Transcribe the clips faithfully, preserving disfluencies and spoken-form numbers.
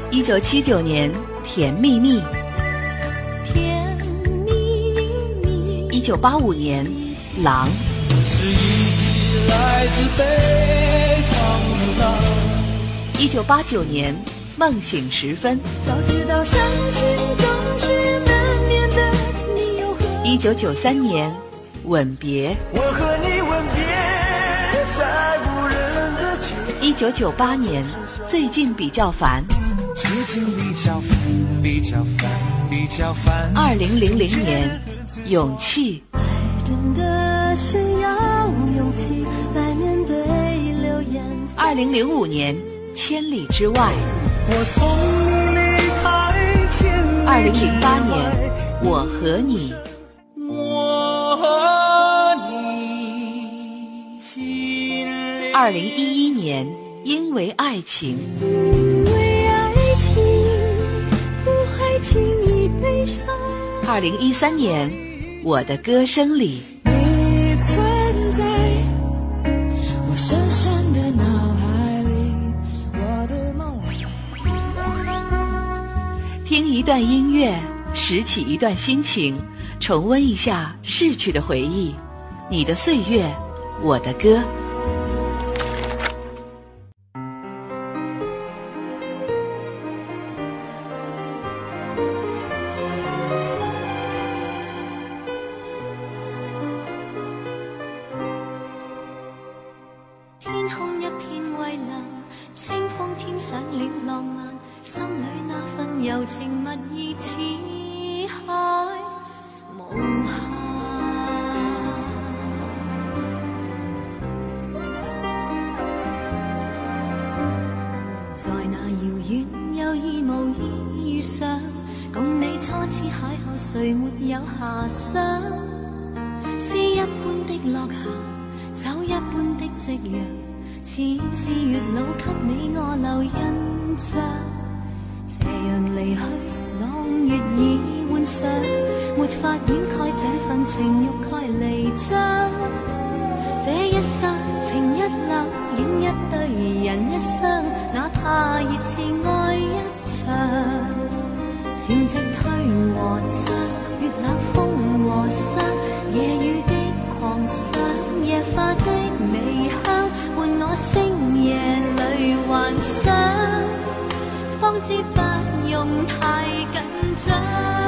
一九七九年，甜蜜蜜。 甜蜜蜜。 一九八五年，狼。 是一来自北方的狼。 一九八九年，梦醒时分。 早知道伤心总是难免的，你又何一九九三年，吻别。 我和你吻别在无人的街。 一九九八年，最近比较烦。 最近比较烦，比较烦，比较烦。 二零零零年，勇气。 爱真的需要勇气来面对流言。 二零零五年，千里之外。 我送你离开千里之外。 二零零八年，我和你。 我和你心里。 二零一一年，因为爱情。 因为爱情，不还轻易悲伤。 二零一三年，我的歌声里。 你存在我深深的脑海里，我的梦里。 听一段音乐，拾起一段心情，重温一下逝去的回忆。你的岁月，我的歌。 天空一片蔚蓝，清風添上了浪漫，心裏那份柔情蜜意似海無限。在那遙遠有意無意遇上，共你初次邂逅，誰沒有遐想？詩一般的落霞，酒一般的夕陽，似是月老給你我留印象。斜陽離去，朗月已換上，沒法掩蓋這份情欲蓋彌彰。這一生情一縷，影一對人一雙，哪怕熱熾愛一場。潮汐退和漲，月冷風和霜，夜雨的狂想，夜花的微香，伴我星夜裏幻想，方知不用太緊張，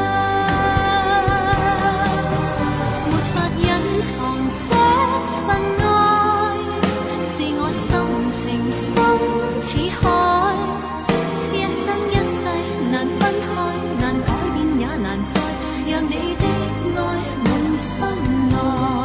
沒法隱藏這份愛，是我心情深似海，一生一世難分開，難改變也難再讓你的愛滿心內。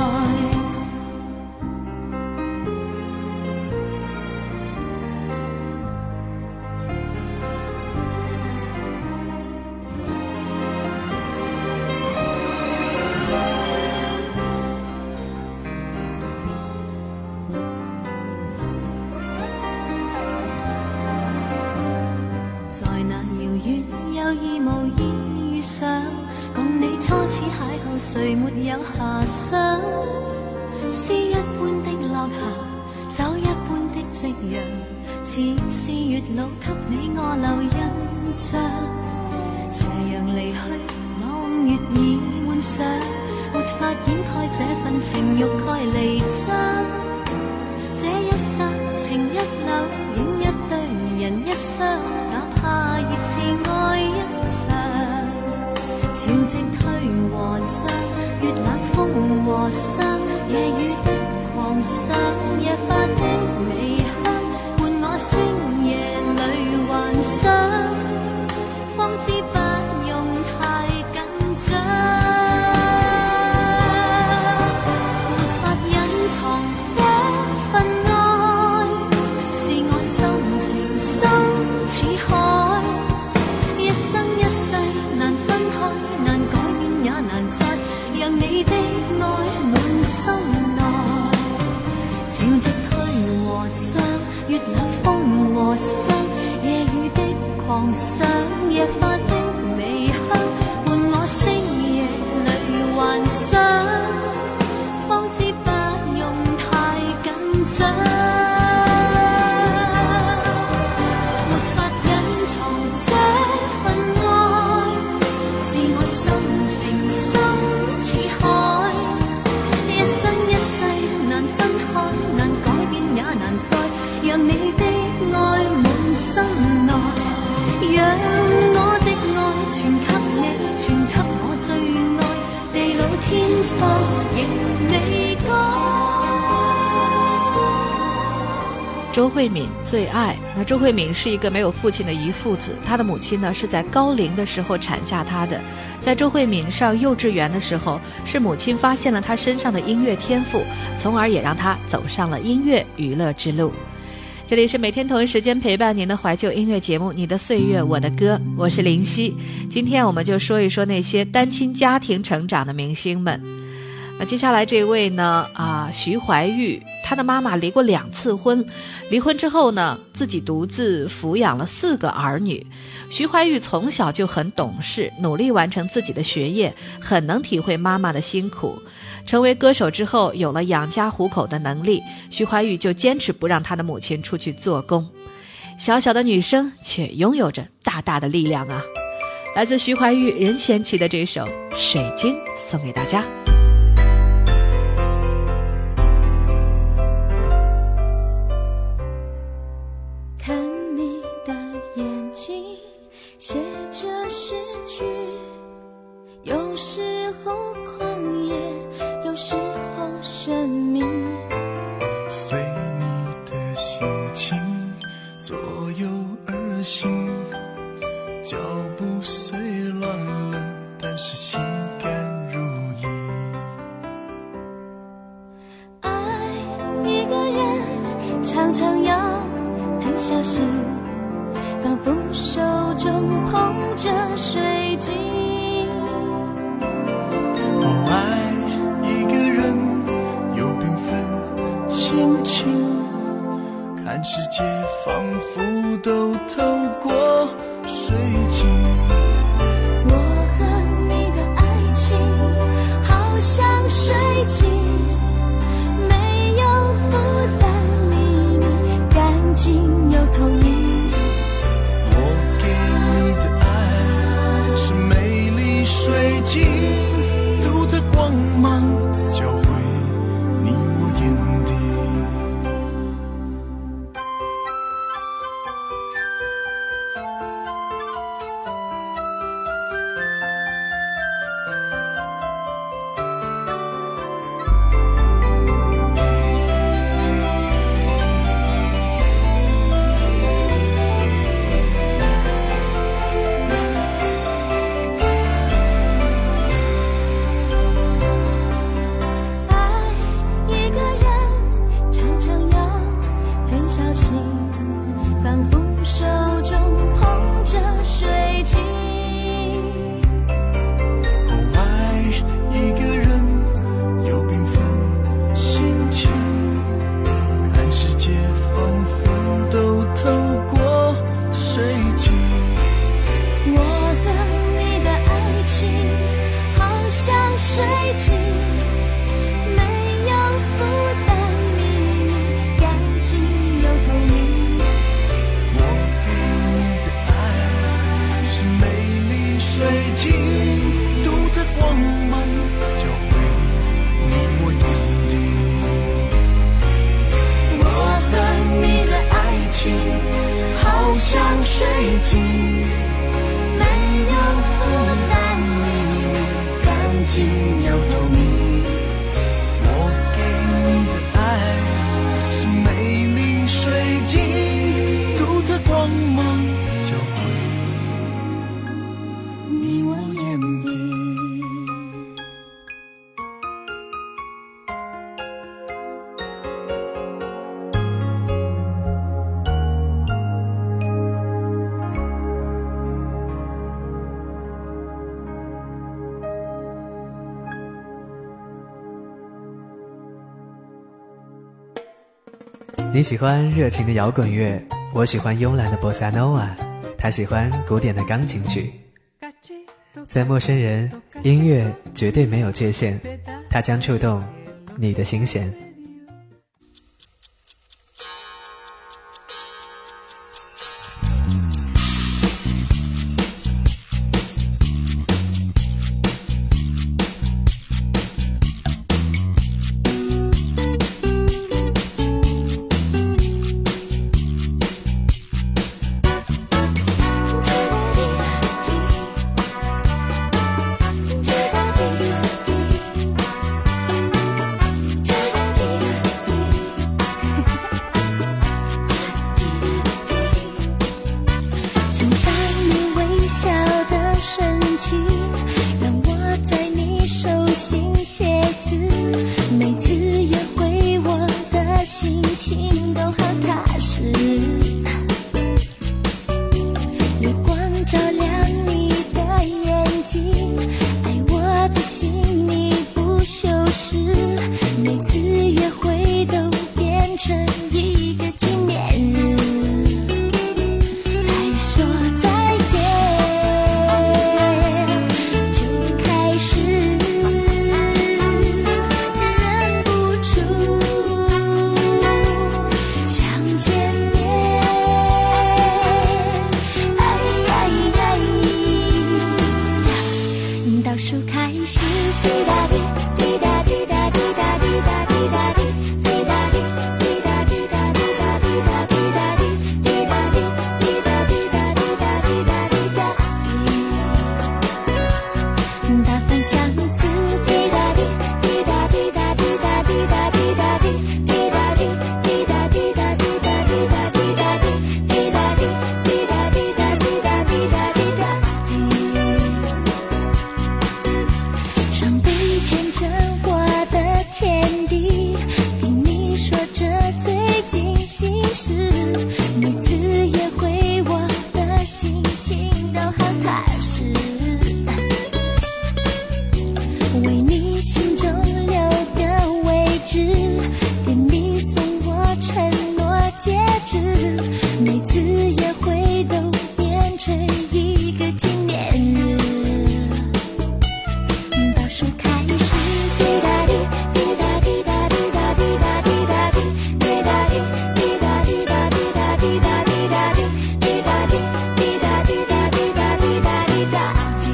在那遙遠有意無意遇上，共你初次邂逅，誰沒有遐想？詩一般的落霞，酒一般的夕陽，似是月老給你我留印象。斜陽離去，朗月已換上，沒法掩蓋這份情欲蓋彌彰。這一剎情一縷，影一對人一雙，哪怕熱熾愛一場。潮汐退和漲，月冷風和霜，夜雨的狂想，夜花的微香，伴我星夜裏幻想，方知不用太緊張，沒法隱藏這份愛，是我心情深似海，一生一世難分開，難改變也難再讓你的愛滿心內。潮汐退和漲，月冷風和霜，夜雨的狂想，夜花的微香，伴我星夜裏幻想，方知不用太緊張，沒法隱藏這让你的爱满心內，讓我的愛全給你，全給我最愛，地老天荒仍未改。 周慧敏最爱。那周慧敏是一个没有父亲的遗父子，她的母亲呢是在高龄的时候产下她的。在周慧敏上幼稚园的时候，是母亲发现了她身上的音乐天赋，从而也让她走上了音乐娱乐之路。这里是每天同一时间陪伴您的怀旧音乐节目《你的岁月我的歌》，我是林夕。今天我们就说一说那些单亲家庭成长的明星们。那接下来这位呢啊，徐怀钰，她的妈妈离过两次婚，离婚之后呢，自己独自抚养了四个儿女。徐怀钰从小就很懂事，努力完成自己的学业，很能体会妈妈的辛苦。成为歌手之后，有了养家糊口的能力，徐怀钰就坚持不让她的母亲出去做工。小小的女生却拥有着大大的力量啊！来自徐怀钰任贤齐的这首《水晶》送给大家。 看你的眼睛写着诗句，有时候狂野，有时候神秘， 随你的心情左右而行，脚步虽乱了，但是心甘如饴。 爱一个人常常要很小心，仿佛手中捧着水晶。 哦，爱一个人有缤纷心情，看世界仿佛都透过水晶。 我和你的爱情好像水晶，没有负担，秘密干净又透明。 我给你的爱是美丽水晶，独特光芒交汇你我眼底。 像水晶，没有负担，秘密干净又透明。 我给你的爱是美丽水晶，独特光芒交汇你我眼底。 你喜欢热情的摇滚乐，我喜欢慵懒的波萨诺瓦，他喜欢古典的钢琴曲。在陌生人，音乐绝对没有界限，它将触动你的心弦。 每次约会都变成一个纪念日。倒数开始，滴答滴，滴答滴答滴答滴答滴答滴，滴答滴，滴答滴答滴答滴答滴答滴，滴答滴，滴答滴答滴答滴答滴答滴。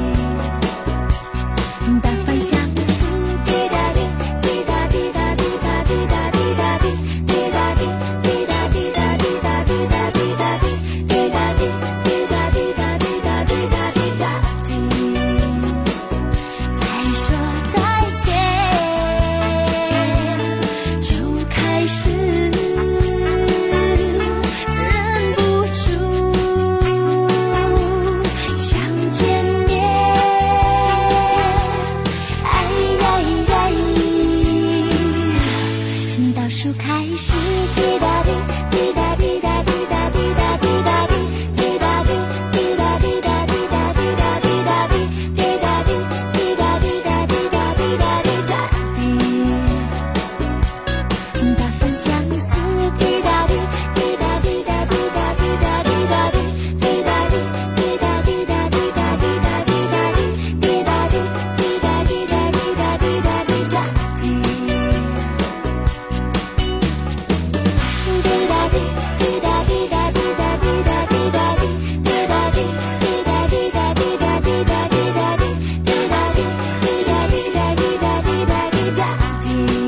大方向思，滴答滴，滴答滴答滴答滴答滴答滴，滴答滴，滴答滴答滴答滴答滴答滴，滴答滴，滴答滴答滴答滴答滴答滴。再说再见，就开始忍不住想见面。哎呀呀，倒数开始，滴答滴，滴答滴答滴答滴答滴答滴，滴答滴，滴答滴答滴答滴答滴答滴，滴答滴，滴答滴答滴答滴答滴答滴。大方向思，滴答滴，滴答滴答滴答滴答滴答滴，滴答滴，滴答滴答滴答滴答滴答滴，滴答滴，滴答滴答滴答滴答滴答滴。滴答滴，滴答滴答滴答滴答滴答滴，滴答滴，滴答滴答滴答滴答滴答滴，滴答滴，滴答滴答滴答滴答滴答滴。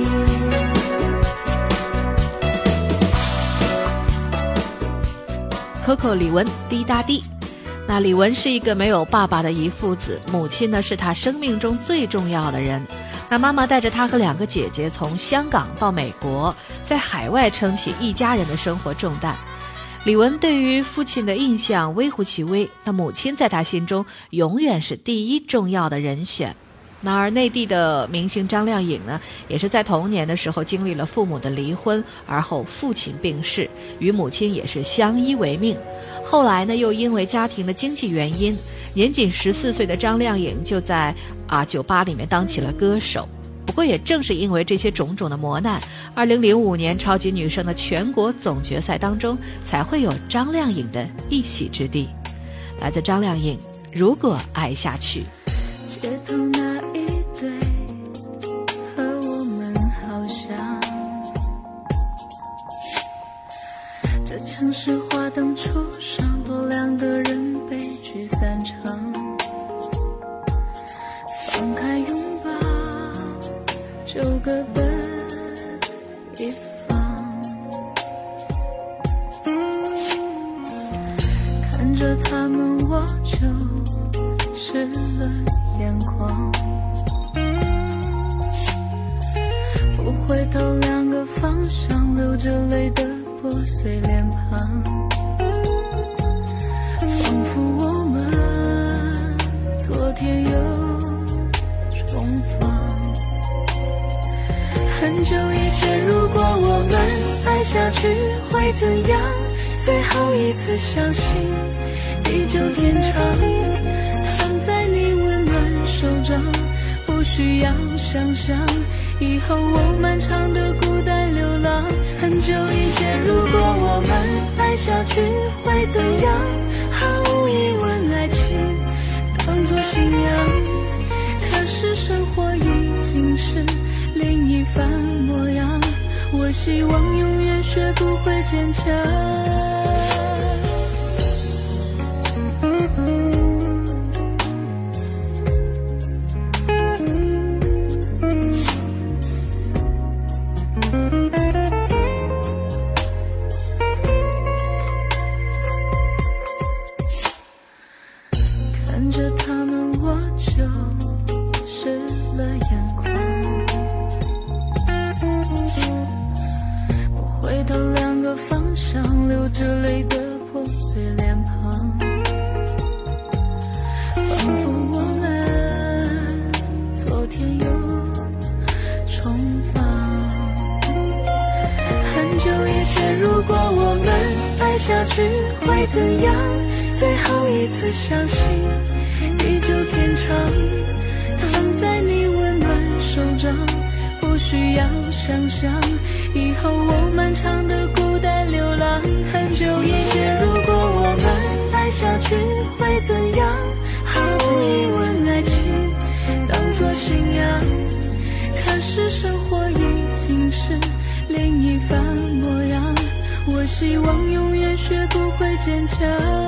Coco 李玟滴答滴。那李玟是一个没有爸爸的遗父子，母亲呢是他生命中最重要的人。那妈妈带着他和两个姐姐从香港到美国，在海外撑起一家人的生活重担。李玟对于父亲的印象微乎其微，那母亲在他心中永远是第一重要的人选。那而内地的明星张靓颖呢，也是在童年的时候经历了父母的离婚，而后父亲病逝，与母亲也是相依为命。后来呢，又因为家庭的经济原因，年仅十四岁的张靓颖就在啊酒吧里面当起了歌手。不过也正是因为这些种种的磨难，二零零五年超级女声的全国总决赛当中，才会有张靓颖的一席之地。来自张靓颖，如果爱下去。 街头那一对和我们好像，这城市花灯初上，多两个人悲剧散场。放开拥抱，就各奔一方。看着他们，我就湿了眼眶，不回头，两个方向，流着泪的破碎脸庞，仿佛我们昨天又重逢。很久以前，如果我们爱下去会怎样？最后一次相信地久天长，躺在你温暖手掌，不需要想象以后我漫长的孤单流浪。很久以前，如果我们爱下去会怎样？毫无疑问，爱情当作信仰，可是生活已经是另一番模样。我希望永远学不会坚强。看着他们，我就湿了眼眶。不回头，两个方向，流着泪的破碎脸庞，仿佛我们昨天又重逢。很久以前，如果我们爱下去会怎样？最后一次相信地久天长，躺在你温暖手掌，不不需要想象，以后我漫长的孤单流浪。很久以前，如果我们爱下去会怎样？毫无疑问，爱情当作信仰。可是生活已经是另一番模样，我希望永远学不会坚强。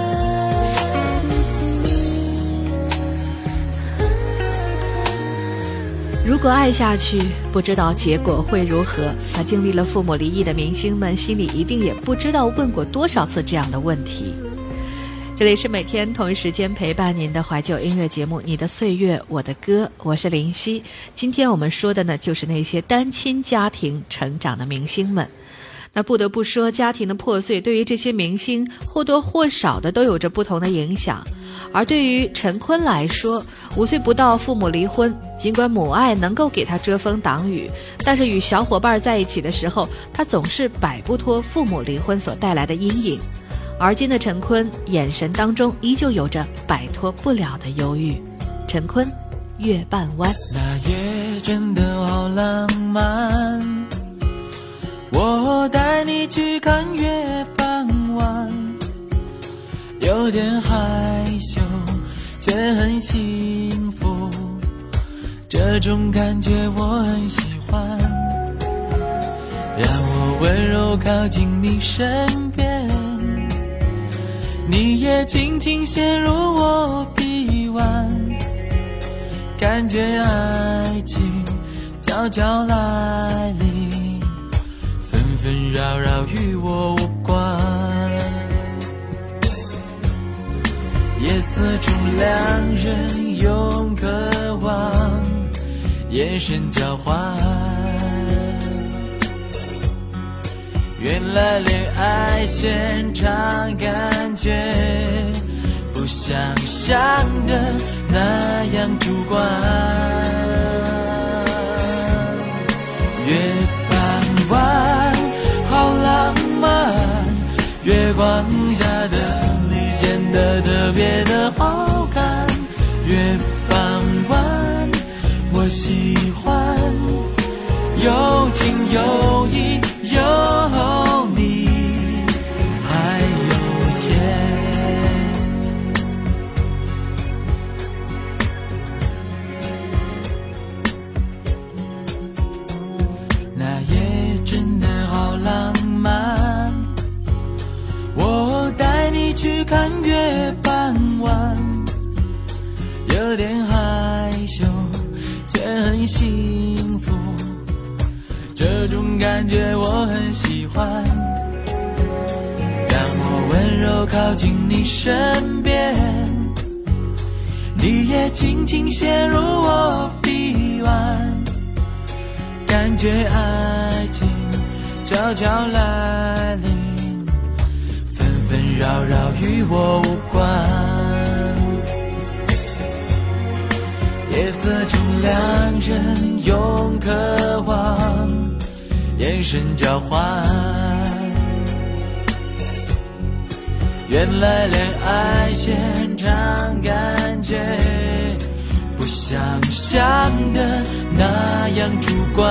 如果爱下去，不知道结果会如何。那经历了父母离异的明星们，心里一定也不知道问过多少次这样的问题。这里是每天同一时间陪伴您的怀旧音乐节目《你的岁月我的歌》，我是林夕。今天我们说的呢，就是那些单亲家庭成长的明星们。那不得不说，家庭的破碎对于这些明星或多或少的都有着不同的影响。而对于陈坤来说，五岁不到父母离婚，尽管母爱能够给他遮风挡雨，但是与小伙伴在一起的时候，他总是摆不脱父母离婚所带来的阴影。而今的陈坤眼神当中依旧有着摆脱不了的忧郁。陈坤，月半弯。 那夜真的好浪漫，我带你去看月半弯，有点害羞却很幸福，这种感觉我很喜欢，让我温柔靠近你身边，你也轻轻陷入我臂弯，感觉爱情悄悄来临，纷纷扰扰与我无关，夜色中两人用渴望眼神交换，原来恋爱现场感觉不像想的那样主观，月半弯好浪漫，月光下的你显得特别的好看，月半弯我喜欢，有情有义有你还有天，那夜真的好浪漫，我带你去看月半弯，有点害羞却很幸福，这种感觉我很喜欢，让我温柔靠近你身边，你也轻轻陷入我臂弯，感觉爱情悄悄来临，纷纷扰扰与我无关，夜色中两人用渴望眼神交换，原来恋爱现场感觉不像想的那样主观，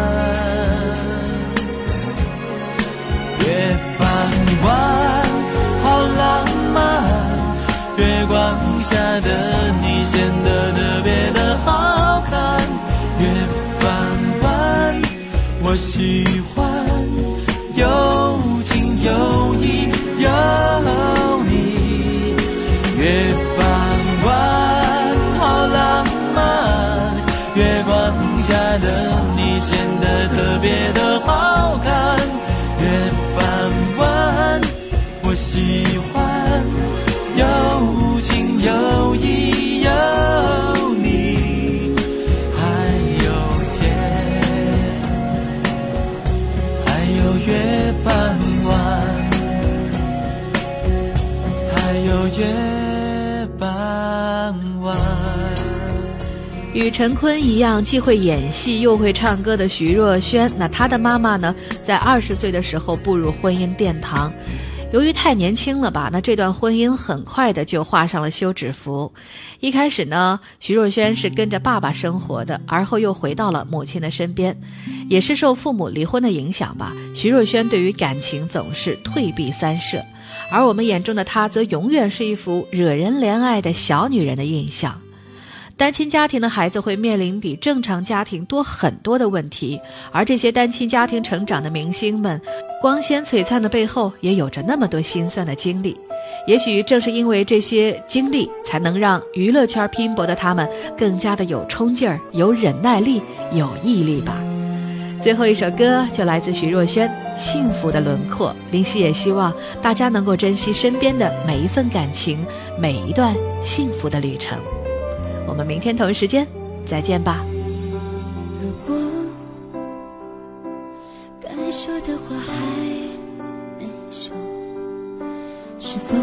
月半弯好浪漫，月光下的你显得特别的好看，月半弯我喜欢，有情有义有你，月半弯好浪漫，月光下的你显得特别的好看，月半弯我喜欢，有情有义有你还有天，还有月半弯，还有月半弯。 与陈坤一样既会演戏又会唱歌的徐若瑄，那她的妈妈呢，在二十岁的时候步入婚姻殿堂。 由于太年轻了吧，那这段婚姻很快的就画上了休止符。一开始呢，徐若瑄是跟着爸爸生活的，而后又回到了母亲的身边。也是受父母离婚的影响吧，徐若瑄对于感情总是退避三舍，而我们眼中的她则永远是一副惹人怜爱的小女人的印象。单亲家庭的孩子会面临比正常家庭多很多的问题，而这些单亲家庭成长的明星们，光鲜璀璨的背后也有着那么多心酸的经历。也许正是因为这些经历，才能让娱乐圈拼搏的他们更加的有冲劲儿、有忍耐力、有毅力吧。最后一首歌就来自徐若瑄，《幸福的轮廓》。林夕也希望大家能够珍惜身边的每一份感情，每一段幸福的旅程。我们明天同一时间再见吧。 如果该说的话还没说，是否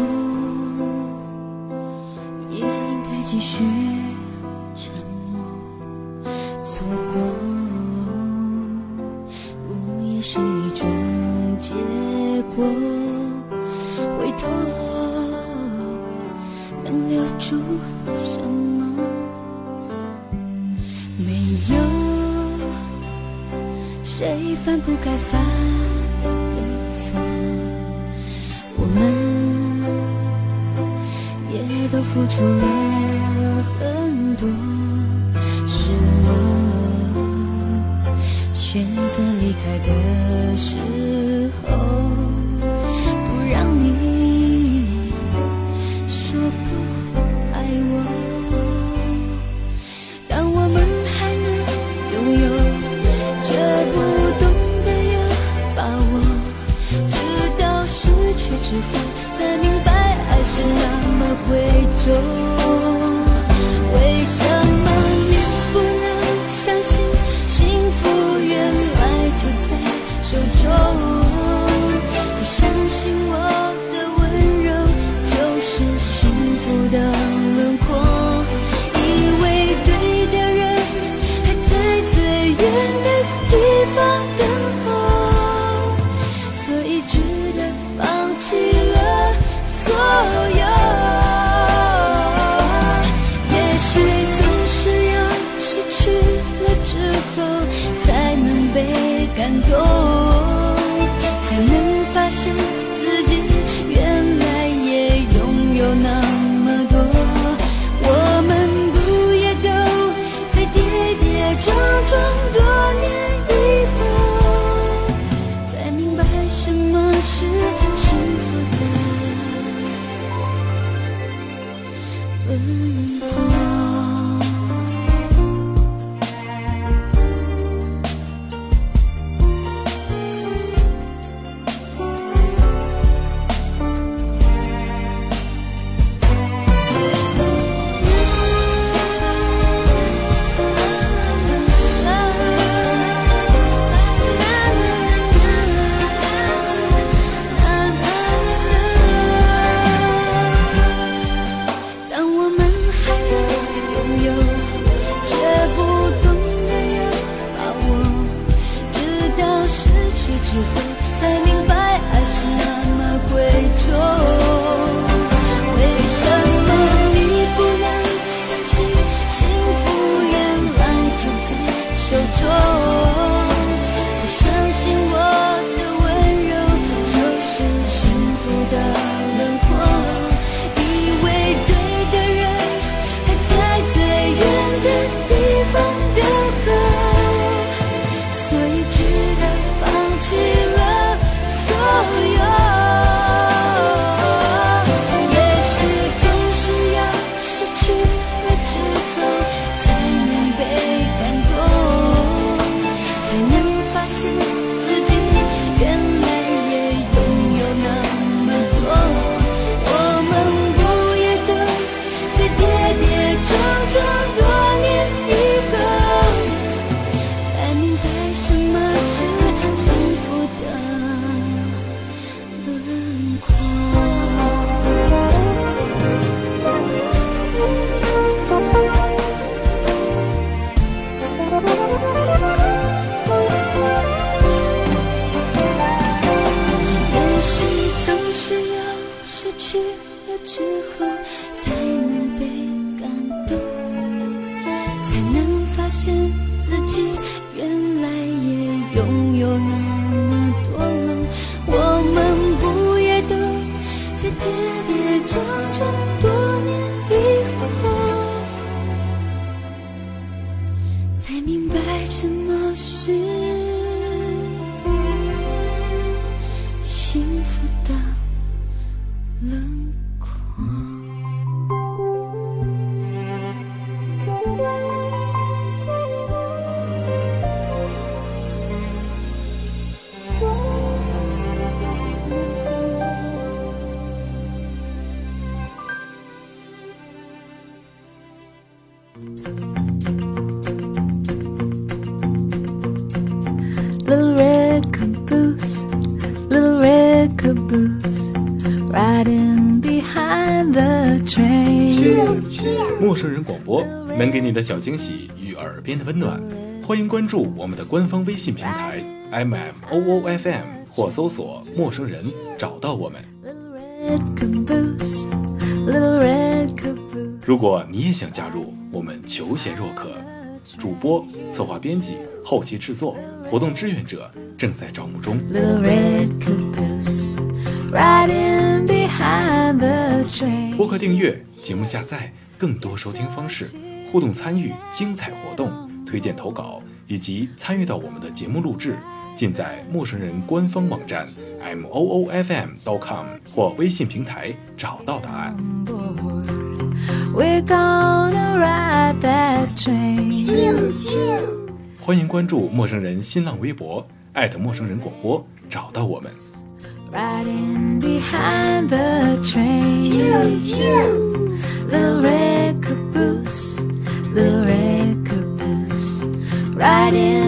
也应该继续沉默？错过不也是一种结果？回头能留住什么？没有谁犯不该犯的错，我们也都付出了很多。是我选择离开的时候，不让你说不爱我。当我们还能拥有这不懂得要把握，直到失去之后才明白爱是那么贵重。为什么你不能相信幸福原来就在手中？不相信我的温柔就是幸福的轮廓，以为对的人还在最远的地方等候，所以只得放弃了所有。也许总是要失去了之后才能被感动，才能发现自己原来也拥有那么多。我们不也都在跌跌撞撞多年以后，才明白什么是幸福的轮廓。当我们还能去了之后才能被感动，才能发现自己原来也拥有那么多了。我们不也都在跌跌撞撞多年以后，才明白什么是幸福的轮廓。Little red caboose, little red caboose, riding behind the train. 陌生人广播能给你的小惊喜与耳边的温暖，欢迎关注我们的官方微信平台 M M O O F M 或搜索陌生人找到我们。如果你也想加入，我们求贤若渴，主播、策划编辑、后期制作、活动志愿者正在招募中。播客订阅、节目下载、更多收听方式、互动参与、精彩活动、推荐投稿以及参与到我们的节目录制，尽在陌生人官方网站 M O O F M 点 com 或微信平台找到答案。 We're gonna ride that train. 欢迎关注陌生人新浪微博艾特陌生人广播，找到我们。 Riding behind the train. Little red caboose, little red caboose, riding